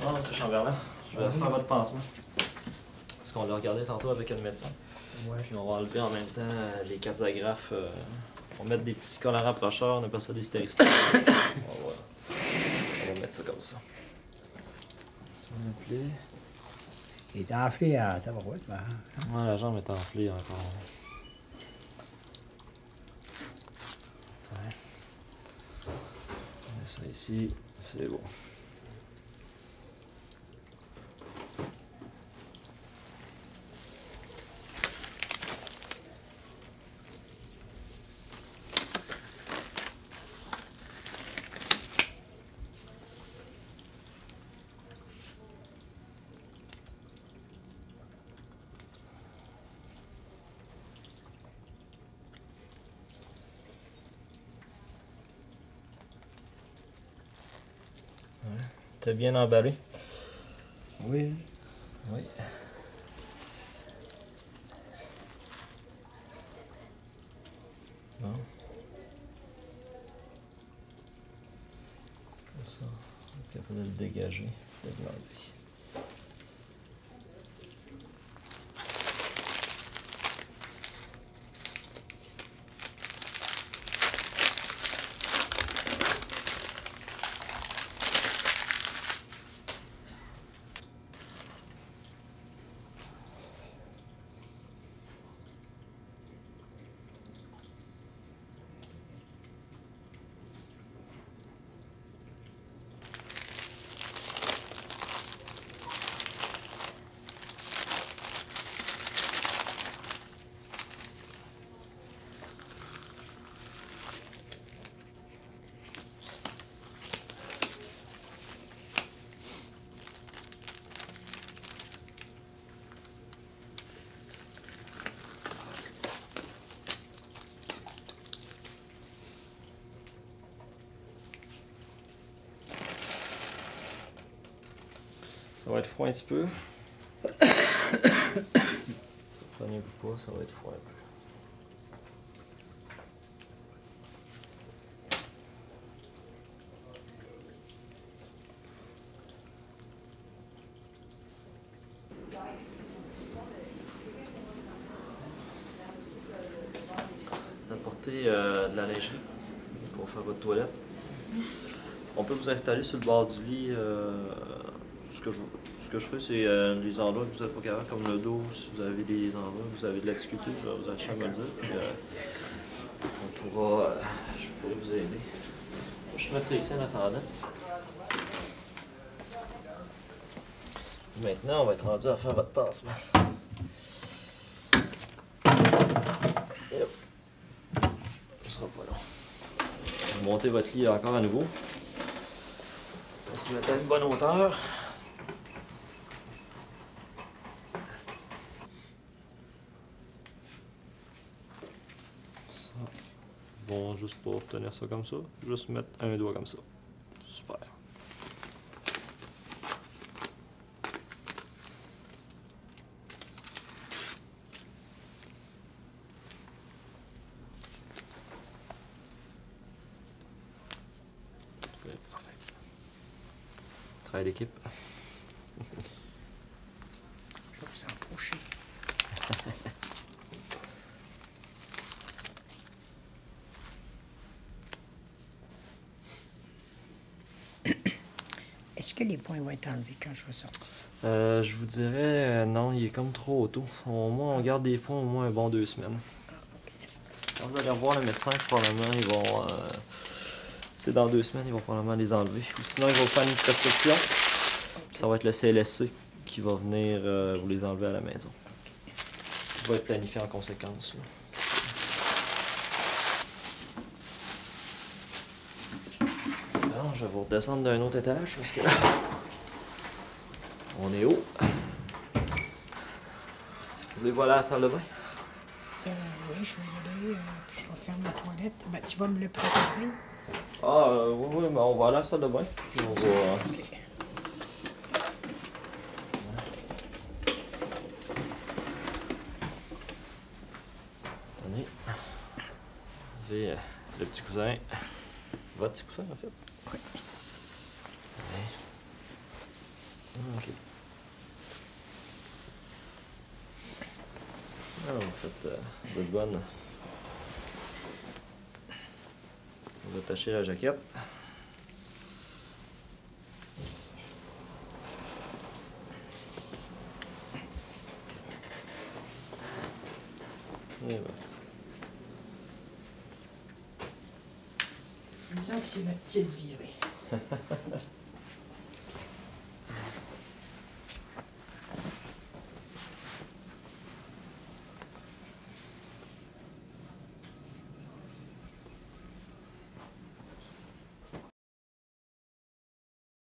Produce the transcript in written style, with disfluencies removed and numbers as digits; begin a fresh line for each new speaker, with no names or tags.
Non, c'est Chamberlain. Je vais faire votre pansement. Parce qu'on l'a regardé tantôt avec le médecin.
Ouais.
Puis on va enlever en même temps les 4 agrafes. On va mettre des petits collants rapprocheurs, on appelle ça des stéristomes. On va mettre ça comme ça. Ça me plaît.
Il est enflé à tabarouette, ben.
Ouais, la jambe est enflée encore. Ouais. On met ça ici, c'est bon. T'es bien emballé?
Oui.
Oui. Bon. Comme ça, on est capable de le dégager, de l'enlever. Ça va être froid un petit peu. Prenez-vous pas, ça va être froid un peu. Vous apportez de la lingerie pour faire votre toilette. On peut vous installer sur le bord du lit. Ce que je fais, c'est les endroits que vous n'êtes pas capable, comme le dos, si vous avez des endroits où vous avez de la difficulté, je vais vous acheter à me le dire. Puis, on pourra, je pourrais vous aider. Je vais mettre ça ici en attendant. Maintenant, on va être rendu à faire votre pansement. Et hop. Ce sera pas long. Vous montez votre lit encore à nouveau. On va se mettre à une bonne hauteur. Ça. Bon, juste pour tenir ça comme ça, juste mettre un doigt comme ça. Super. Parfait. Travail d'équipe.
Je vais vous approcher. Est-ce que les points vont être enlevés quand je vais sortir?
Je vous dirais, non, il est comme trop tôt. Au moins, on garde des points au moins un bon 2 semaines. Quand vous allez revoir le médecin, probablement, ils vont. C'est dans 2 semaines, ils vont probablement les enlever. Ou sinon, ils vont faire une prescription. Puis ça va être le CLSC qui va venir vous les enlever à la maison. Qui va être planifié en conséquence. Là. Alors, je vais vous redescendre d'un autre étage parce que là, on est haut. Vous voulez voir la salle de bain?
Oui, je vais y aller. Je vais faire ma toilette. Ben, tu vas me le préparer?
Ah, oui, mais on va aller à la salle de bain. Puis on va.
OK.
Attendez. Vous avez le petit coussin. Votre petit coussin, en fait.
Oui.
Ok. Alors, vous faites de bonne. Vous attachez la jaquette. Et voilà.
Disons que c'est la petite virée.